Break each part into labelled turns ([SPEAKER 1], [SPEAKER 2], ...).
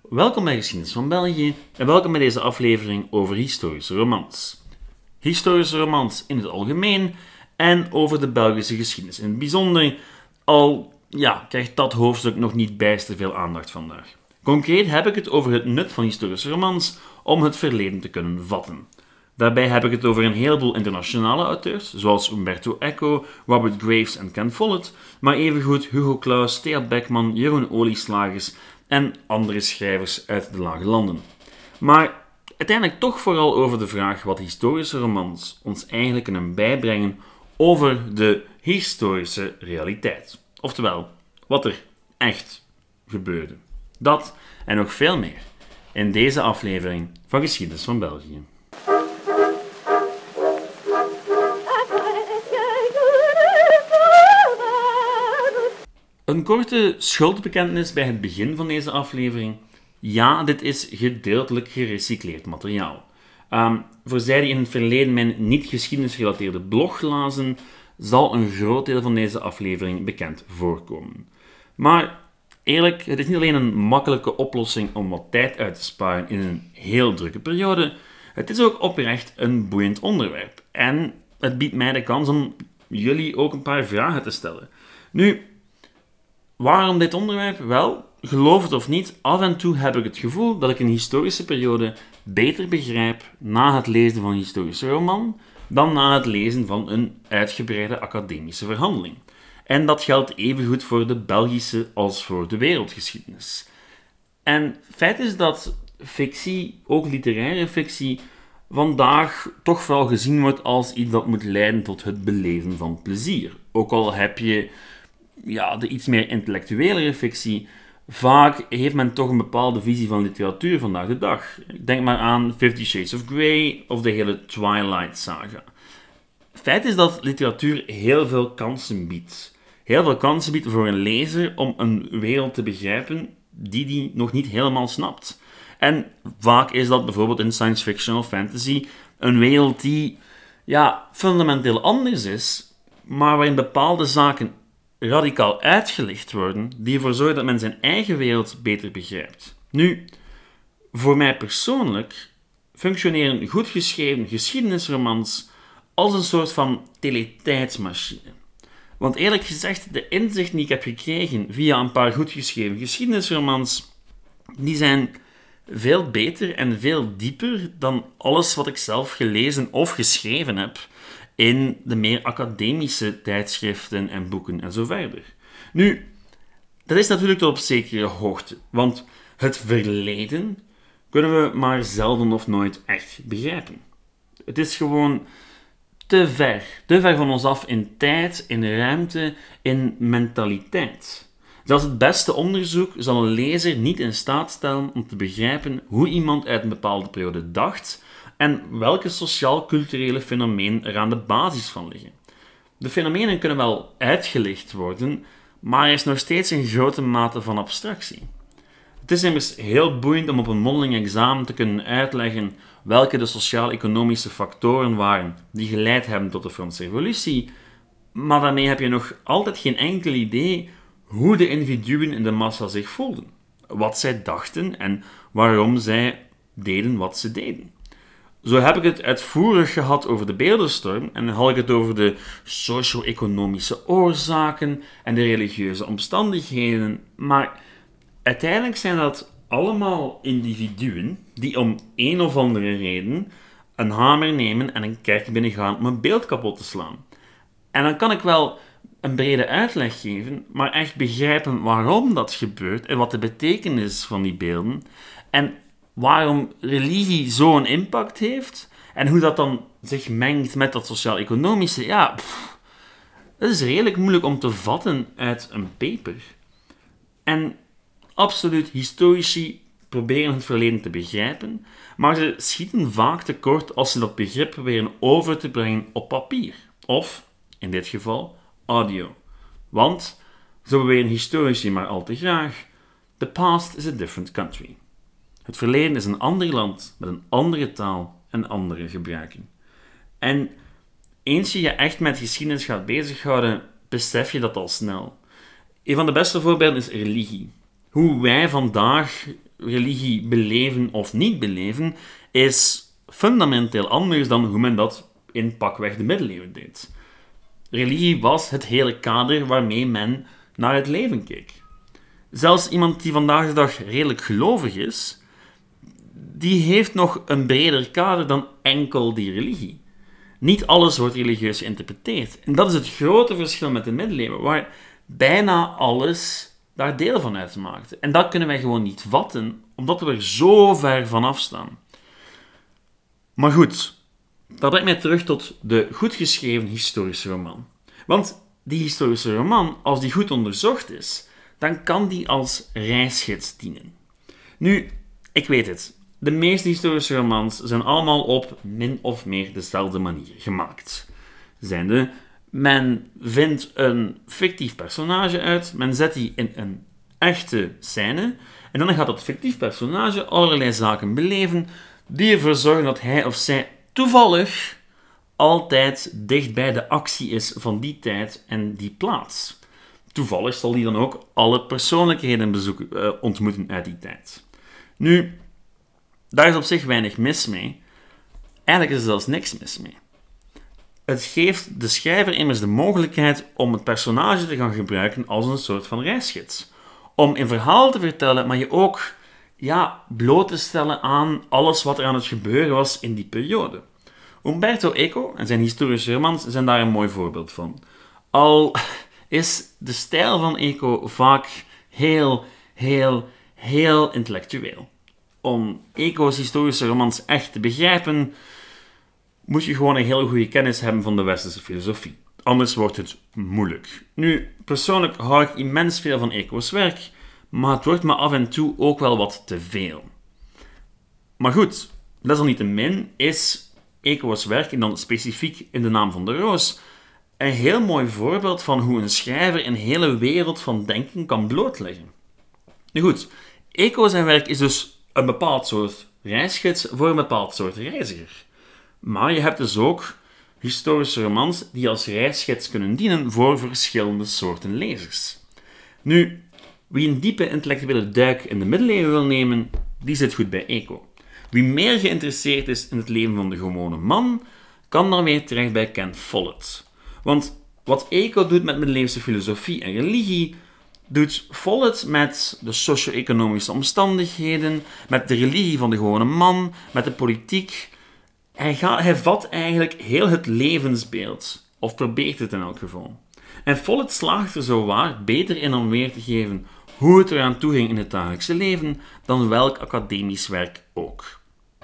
[SPEAKER 1] Welkom bij Geschiedenis van België en welkom bij deze aflevering over historische romans. Historische romans in het algemeen en over de Belgische geschiedenis in het bijzonder, al krijgt dat hoofdstuk nog niet bijster veel aandacht vandaag. Concreet heb ik het over het nut van historische romans om het verleden te kunnen vatten. Daarbij heb ik het over een heleboel internationale auteurs, zoals Umberto Eco, Robert Graves en Ken Follett, maar evengoed Hugo Claus, Thea Beckman, Jeroen Olieslagers en andere schrijvers uit de lage landen. Maar uiteindelijk toch vooral over de vraag wat historische romans ons eigenlijk kunnen bijbrengen over de historische realiteit. Oftewel, wat er echt gebeurde. Dat en nog veel meer in deze aflevering van Geschiedenis van België. Een korte schuldbekentenis bij het begin van deze aflevering. Ja, dit is gedeeltelijk gerecycleerd materiaal. Voor zij die in het verleden mijn niet geschiedenisgerelateerde blog lazen, zal een groot deel van deze aflevering bekend voorkomen. Maar eerlijk, het is niet alleen een makkelijke oplossing om wat tijd uit te sparen in een heel drukke periode, het is ook oprecht een boeiend onderwerp. En het biedt mij de kans om jullie ook een paar vragen te stellen. Nu, waarom dit onderwerp? Wel, geloof het of niet, af en toe heb ik het gevoel dat ik een historische periode beter begrijp na het lezen van een historische roman dan na het lezen van een uitgebreide academische verhandeling. En dat geldt evengoed voor de Belgische als voor de wereldgeschiedenis. En feit is dat fictie, ook literaire fictie, vandaag toch vooral gezien wordt als iets dat moet leiden tot het beleven van plezier. Ook al heb je de iets meer intellectuelere fictie, vaak heeft men toch een bepaalde visie van literatuur vandaag de dag. Denk maar aan 50 Shades of Grey of de hele Twilight-saga. Feit is dat literatuur heel veel kansen biedt. Heel veel kansen biedt voor een lezer om een wereld te begrijpen die nog niet helemaal snapt. En vaak is dat bijvoorbeeld in science fiction of fantasy een wereld die fundamenteel anders is, maar waarin bepaalde zaken radicaal uitgelicht worden, die ervoor zorgen dat men zijn eigen wereld beter begrijpt. Nu, voor mij persoonlijk functioneren goed geschreven geschiedenisromans als een soort van teletijdsmachine. Want eerlijk gezegd, de inzichten die ik heb gekregen via een paar goed geschreven geschiedenisromans, die zijn veel beter en veel dieper dan alles wat ik zelf gelezen of geschreven heb in de meer academische tijdschriften en boeken en zo verder. Nu, dat is natuurlijk tot op zekere hoogte, want het verleden kunnen we maar zelden of nooit echt begrijpen. Het is gewoon te ver van ons af in tijd, in ruimte, in mentaliteit. Zelfs het beste onderzoek zal een lezer niet in staat stellen om te begrijpen hoe iemand uit een bepaalde periode dacht en welke sociaal-culturele fenomenen er aan de basis van liggen. De fenomenen kunnen wel uitgelicht worden, maar er is nog steeds een grote mate van abstractie. Het is immers heel boeiend om op een mondeling examen te kunnen uitleggen welke de sociaal-economische factoren waren die geleid hebben tot de Franse Revolutie, maar daarmee heb je nog altijd geen enkel idee hoe de individuen in de massa zich voelden, wat zij dachten en waarom zij deden wat ze deden. Zo heb ik het uitvoerig gehad over de beeldenstorm en dan had ik het over de socio-economische oorzaken en de religieuze omstandigheden, maar uiteindelijk zijn dat allemaal individuen die om een of andere reden een hamer nemen en een kerk binnengaan om een beeld kapot te slaan. En dan kan ik wel een brede uitleg geven, maar echt begrijpen waarom dat gebeurt en wat de betekenis van die beelden en waarom religie zo'n impact heeft en hoe dat dan zich mengt met dat sociaal-economische, dat is redelijk moeilijk om te vatten uit een paper. En absoluut, historici proberen het verleden te begrijpen, maar ze schieten vaak tekort als ze dat begrip proberen over te brengen op papier. Of, in dit geval, audio. Want, zo beweren historici maar al te graag, the past is a different country. Het verleden is een ander land met een andere taal en andere gebruiken. En eens je je echt met geschiedenis gaat bezighouden, besef je dat al snel. Een van de beste voorbeelden is religie. Hoe wij vandaag religie beleven of niet beleven, is fundamenteel anders dan hoe men dat in pakweg de middeleeuwen deed. Religie was het hele kader waarmee men naar het leven keek. Zelfs iemand die vandaag de dag redelijk gelovig is, die heeft nog een breder kader dan enkel die religie. Niet alles wordt religieus geïnterpreteerd. En dat is het grote verschil met de middeleeuwen, waar bijna alles daar deel van uitmaakt. En dat kunnen wij gewoon niet vatten, omdat we er zo ver van afstaan. Maar goed, dat brengt mij terug tot de goed geschreven historische roman. Want die historische roman, als die goed onderzocht is, dan kan die als reisgids dienen. Nu, ik weet het. De meeste historische romans zijn allemaal op min of meer dezelfde manier gemaakt. Zijnde, men vindt een fictief personage uit, men zet die in een echte scène, en dan gaat dat fictief personage allerlei zaken beleven die ervoor zorgen dat hij of zij toevallig altijd dicht bij de actie is van die tijd en die plaats. Toevallig zal hij dan ook alle persoonlijkheden ontmoeten uit die tijd. Nu, daar is op zich weinig mis mee. Eigenlijk is er zelfs niks mis mee. Het geeft de schrijver immers de mogelijkheid om het personage te gaan gebruiken als een soort van reisgids. Om een verhaal te vertellen, maar je ook bloot te stellen aan alles wat er aan het gebeuren was in die periode. Umberto Eco en zijn historische romans zijn daar een mooi voorbeeld van. Al is de stijl van Eco vaak heel intellectueel. Om Eco's historische romans echt te begrijpen, moet je gewoon een heel goede kennis hebben van de westerse filosofie. Anders wordt het moeilijk. Nu, persoonlijk hou ik immens veel van Eco's werk, maar het wordt me af en toe ook wel wat te veel. Maar goed, desalniettemin is Eco's werk, en dan specifiek in De Naam van de Roos, een heel mooi voorbeeld van hoe een schrijver een hele wereld van denken kan blootleggen. Nu goed, Eco zijn werk is dus een bepaald soort reisgids voor een bepaald soort reiziger. Maar je hebt dus ook historische romans die als reisgids kunnen dienen voor verschillende soorten lezers. Nu, wie een diepe intellectuele duik in de middeleeuwen wil nemen, die zit goed bij Eco. Wie meer geïnteresseerd is in het leven van de gewone man, kan dan weer terecht bij Ken Follett. Want wat Eco doet met middeleeuwse filosofie en religie, doet Follett met de socio-economische omstandigheden, met de religie van de gewone man, met de politiek. Hij vat eigenlijk heel het levensbeeld, of probeert het in elk geval. En Follett slaagt er zowaar beter in om weer te geven hoe het eraan toe ging in het dagelijkse leven dan welk academisch werk ook.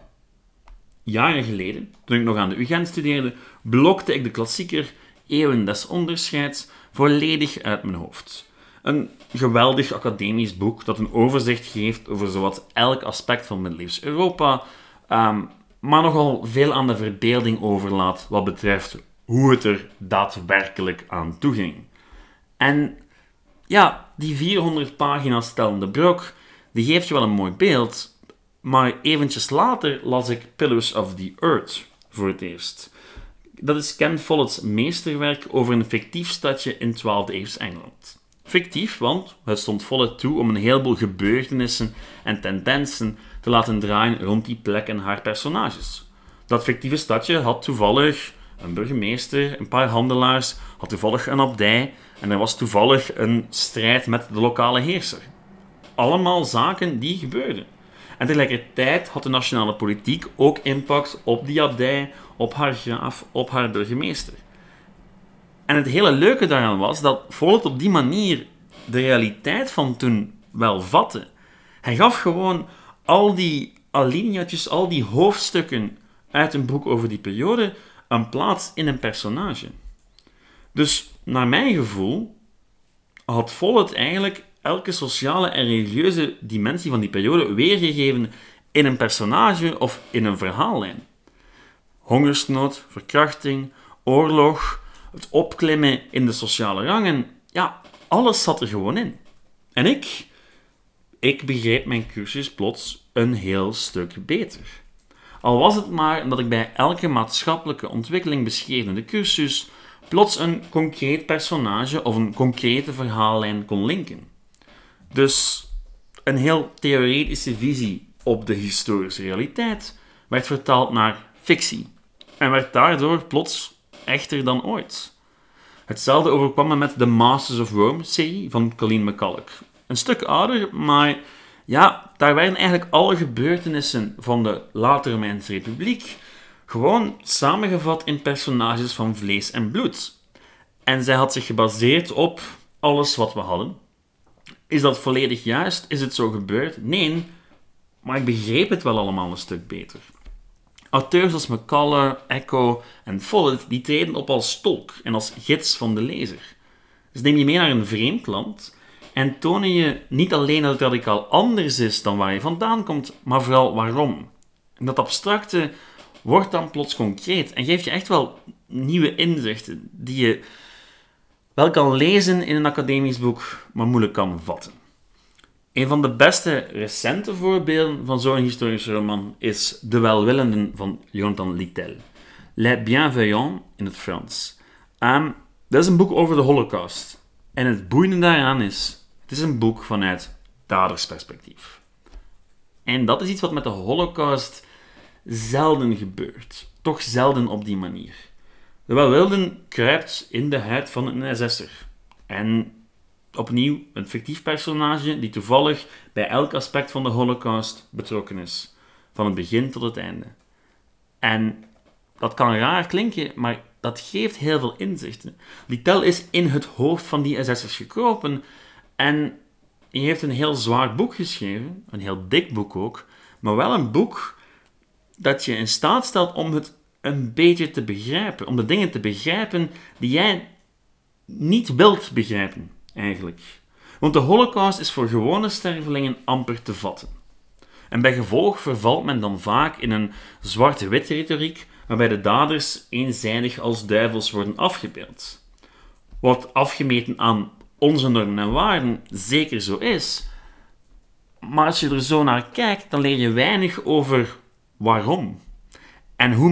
[SPEAKER 1] Jaren geleden, toen ik nog aan de UGent studeerde, blokte ik de klassieker Eeuwen des Onderscheids volledig uit mijn hoofd. Een geweldig academisch boek dat een overzicht geeft over zowat elk aspect van middeleeuws Europa, maar nogal veel aan de verbeelding overlaat wat betreft hoe het er daadwerkelijk aan toe ging. En ja, die 400 pagina's stellende brok, die geeft je wel een mooi beeld, maar eventjes later las ik Pillars of the Earth voor het eerst. Dat is Ken Follett's meesterwerk over een fictief stadje in 12e-eeuws Engeland. Fictief, want het stond Follett toe om een heleboel gebeurtenissen en tendensen te laten draaien rond die plek en haar personages. Dat fictieve stadje had toevallig een burgemeester, een paar handelaars, had toevallig een abdij en er was toevallig een strijd met de lokale heerser. Allemaal zaken die gebeurden. En tegelijkertijd had de nationale politiek ook impact op die abdij, op haar graaf, op haar burgemeester. En het hele leuke daaraan was dat Follett op die manier de realiteit van toen wel vatte. Hij gaf gewoon al die alineaatjes, al die hoofdstukken uit een boek over die periode een plaats in een personage. Dus naar mijn gevoel had Follett eigenlijk elke sociale en religieuze dimensie van die periode weergegeven in een personage of in een verhaallijn. Hongersnood, verkrachting, oorlog, het opklimmen in de sociale rangen, ja, alles zat er gewoon in. En ik begreep mijn cursus plots een heel stuk beter. Al was het maar omdat ik bij elke maatschappelijke ontwikkeling beschreven in de cursus plots een concreet personage of een concrete verhaallijn kon linken. Dus een heel theoretische visie op de historische realiteit werd vertaald naar fictie en werd daardoor plots echter dan ooit. Hetzelfde overkwam me met de Masters of Rome-serie van Colleen McCulloch. Een stuk ouder, maar ja, daar werden eigenlijk alle gebeurtenissen van de late Romeinse Republiek gewoon samengevat in personages van vlees en bloed. En zij had zich gebaseerd op alles wat we hadden. Is dat volledig juist? Is het zo gebeurd? Nee, maar ik begreep het wel allemaal een stuk beter. Auteurs als McCulloch, Eco en Follett die treden op als tolk en als gids van de lezer. Dus neem je mee naar een vreemd land en tonen je niet alleen dat het radicaal anders is dan waar je vandaan komt, maar vooral waarom. En dat abstracte wordt dan plots concreet en geeft je echt wel nieuwe inzichten die je wel kan lezen in een academisch boek, maar moeilijk kan vatten. Een van de beste recente voorbeelden van zo'n historische roman is De Welwillenden van Jonathan Littell. Les Bienveillants in het Frans. Dat is een boek over de Holocaust. En het boeiende daaraan is, het is een boek vanuit dadersperspectief. En dat is iets wat met de Holocaust zelden gebeurt. Toch zelden op die manier. De Welwillenden kruipt in de huid van een SS'er. En opnieuw een fictief personage die toevallig bij elk aspect van de Holocaust betrokken is. Van het begin tot het einde. En dat kan raar klinken, maar dat geeft heel veel inzichten. Littell is in het hoofd van die SS'ers gekropen en hij heeft een heel zwaar boek geschreven, een heel dik boek ook, maar wel een boek dat je in staat stelt om het een beetje te begrijpen, om de dingen te begrijpen die jij niet wilt begrijpen, eigenlijk. Want de Holocaust is voor gewone stervelingen amper te vatten. En bij gevolg vervalt men dan vaak in een zwart-wit retoriek, waarbij de daders eenzijdig als duivels worden afgebeeld. Wat afgemeten aan onze normen en waarden zeker zo is, maar als je er zo naar kijkt, dan leer je weinig over waarom. En hoe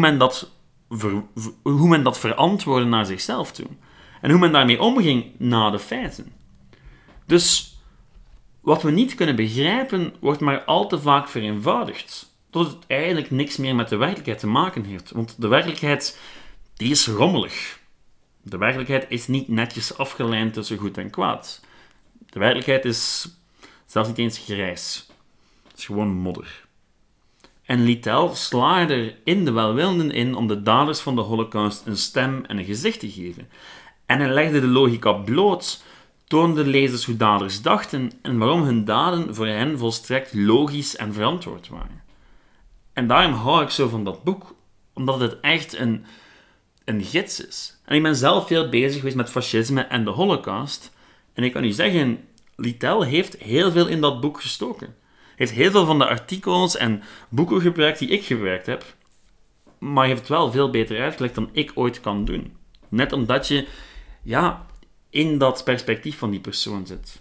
[SPEAKER 1] men dat verantwoordde naar zichzelf toe. En hoe men daarmee omging na de feiten. Dus wat we niet kunnen begrijpen, wordt maar al te vaak vereenvoudigd. Tot het eigenlijk niks meer met de werkelijkheid te maken heeft. Want de werkelijkheid, die is rommelig. De werkelijkheid is niet netjes afgelijnd tussen goed en kwaad. De werkelijkheid is zelfs niet eens grijs. Het is gewoon modder. En Littell slaagde er in De Welwillenden in om de daders van de Holocaust een stem en een gezicht te geven. En hij legde de logica bloot, toonde de lezers hoe daders dachten en waarom hun daden voor hen volstrekt logisch en verantwoord waren. En daarom hou ik zo van dat boek, omdat het echt een gids is. En ik ben zelf veel bezig geweest met fascisme en de Holocaust. En ik kan u zeggen, Littell heeft heel veel in dat boek gestoken. Hij heeft heel veel van de artikels en boeken gebruikt die ik gebruikt heb, maar hij heeft het wel veel beter uitgelegd dan ik ooit kan doen. Net omdat je in dat perspectief van die persoon zit.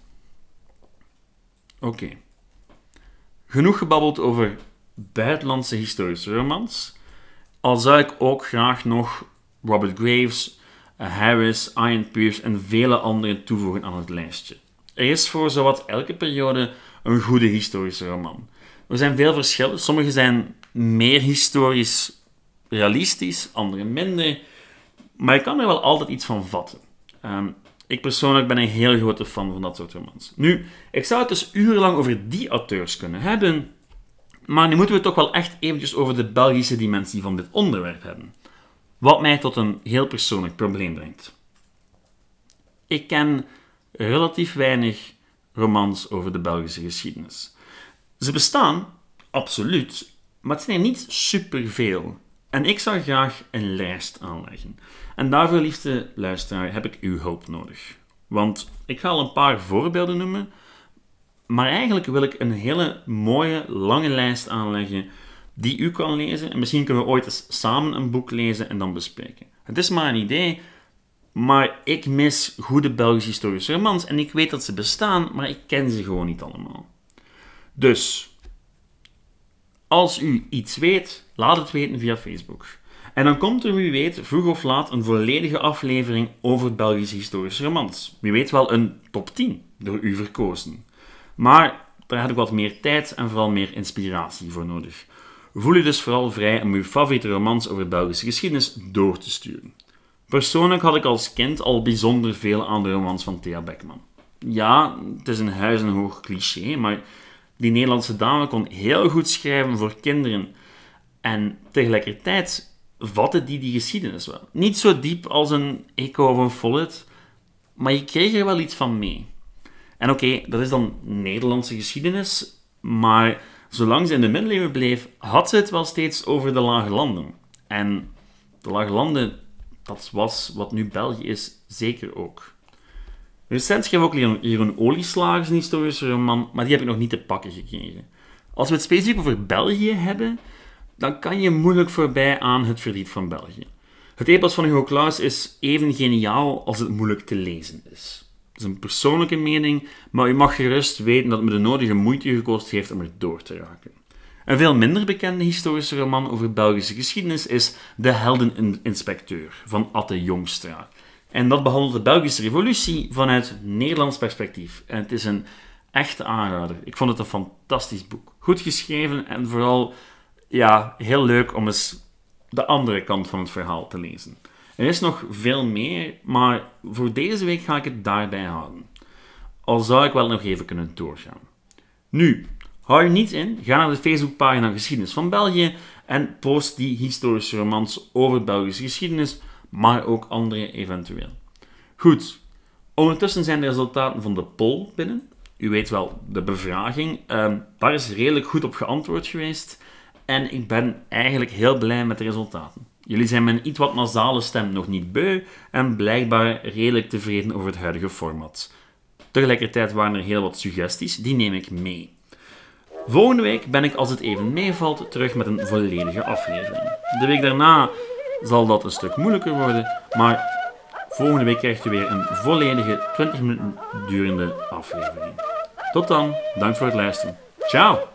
[SPEAKER 1] Oké. Genoeg gebabbeld over buitenlandse historische romans. Al zou ik ook graag nog Robert Graves, Harris, Ian Pearce en vele anderen toevoegen aan het lijstje. Er is voor zowat elke periode een goede historische roman. Er zijn veel verschillen. Sommige zijn meer historisch realistisch, andere minder. Maar je kan er wel altijd iets van vatten. Ik persoonlijk ben een heel grote fan van dat soort romans. Nu, ik zou het dus urenlang over die auteurs kunnen hebben, maar nu moeten we toch wel echt eventjes over de Belgische dimensie van dit onderwerp hebben. Wat mij tot een heel persoonlijk probleem brengt. Ik ken relatief weinig romans over de Belgische geschiedenis. Ze bestaan, absoluut, maar het zijn er niet superveel. En ik zou graag een lijst aanleggen. En daarvoor, liefste luisteraar, heb ik uw hulp nodig. Want ik ga al een paar voorbeelden noemen, maar eigenlijk wil ik een hele mooie, lange lijst aanleggen die u kan lezen. En misschien kunnen we ooit eens samen een boek lezen en dan bespreken. Het is maar een idee, maar ik mis goede Belgische historische romans en ik weet dat ze bestaan, maar ik ken ze gewoon niet allemaal. Dus, als u iets weet, laat het weten via Facebook. En dan komt er, wie weet, vroeg of laat een volledige aflevering over Belgische historische romans. Wie weet wel een top 10, door u verkozen. Maar daar heb ik wat meer tijd en vooral meer inspiratie voor nodig. Voel je dus vooral vrij om je favoriete romans over Belgische geschiedenis door te sturen. Persoonlijk had ik als kind al bijzonder veel aan de romans van Thea Beckman. Ja, het is een huizenhoog cliché, maar die Nederlandse dame kon heel goed schrijven voor kinderen. En tegelijkertijd vatte die geschiedenis wel. Niet zo diep als een Eco of een Follett, maar je kreeg er wel iets van mee. En oké, dat is dan Nederlandse geschiedenis, maar zolang ze in de middeleeuwen bleef, had ze het wel steeds over de Lage Landen. En de Lage Landen, dat was wat nu België is, zeker ook. Recent schreef ook Jeroen Olieslagers een historische roman, maar die heb ik nog niet te pakken gekregen. Als we het specifiek over België hebben, dan kan je moeilijk voorbij aan Het verdriet van België. Het epos van Hugo Claus is even geniaal als het moeilijk te lezen is. Het is een persoonlijke mening, maar u mag gerust weten dat het me de nodige moeite gekost heeft om er door te raken. Een veel minder bekende historische roman over Belgische geschiedenis is De Heldeninspecteur van Atte Jongstra. En dat behandelt de Belgische revolutie vanuit Nederlands perspectief. En het is een echte aanrader. Ik vond het een fantastisch boek. Goed geschreven en vooral heel leuk om eens de andere kant van het verhaal te lezen. Er is nog veel meer, maar voor deze week ga ik het daarbij houden. Al zou ik wel nog even kunnen doorgaan. Nu, hou je niet in, ga naar de Facebookpagina Geschiedenis van België en post die historische romans over Belgische geschiedenis, maar ook andere eventueel. Goed, ondertussen zijn de resultaten van de poll binnen. U weet wel, de bevraging. Daar is redelijk goed op geantwoord geweest en ik ben eigenlijk heel blij met de resultaten. Jullie zijn mijn iets wat nasale stem nog niet beu en blijkbaar redelijk tevreden over het huidige format. Tegelijkertijd waren er heel wat suggesties, die neem ik mee. Volgende week ben ik, als het even meevalt, terug met een volledige aflevering. De week daarna zal dat een stuk moeilijker worden, maar volgende week krijgt u weer een volledige 20 minuten durende aflevering. Tot dan, dank voor het luisteren. Ciao!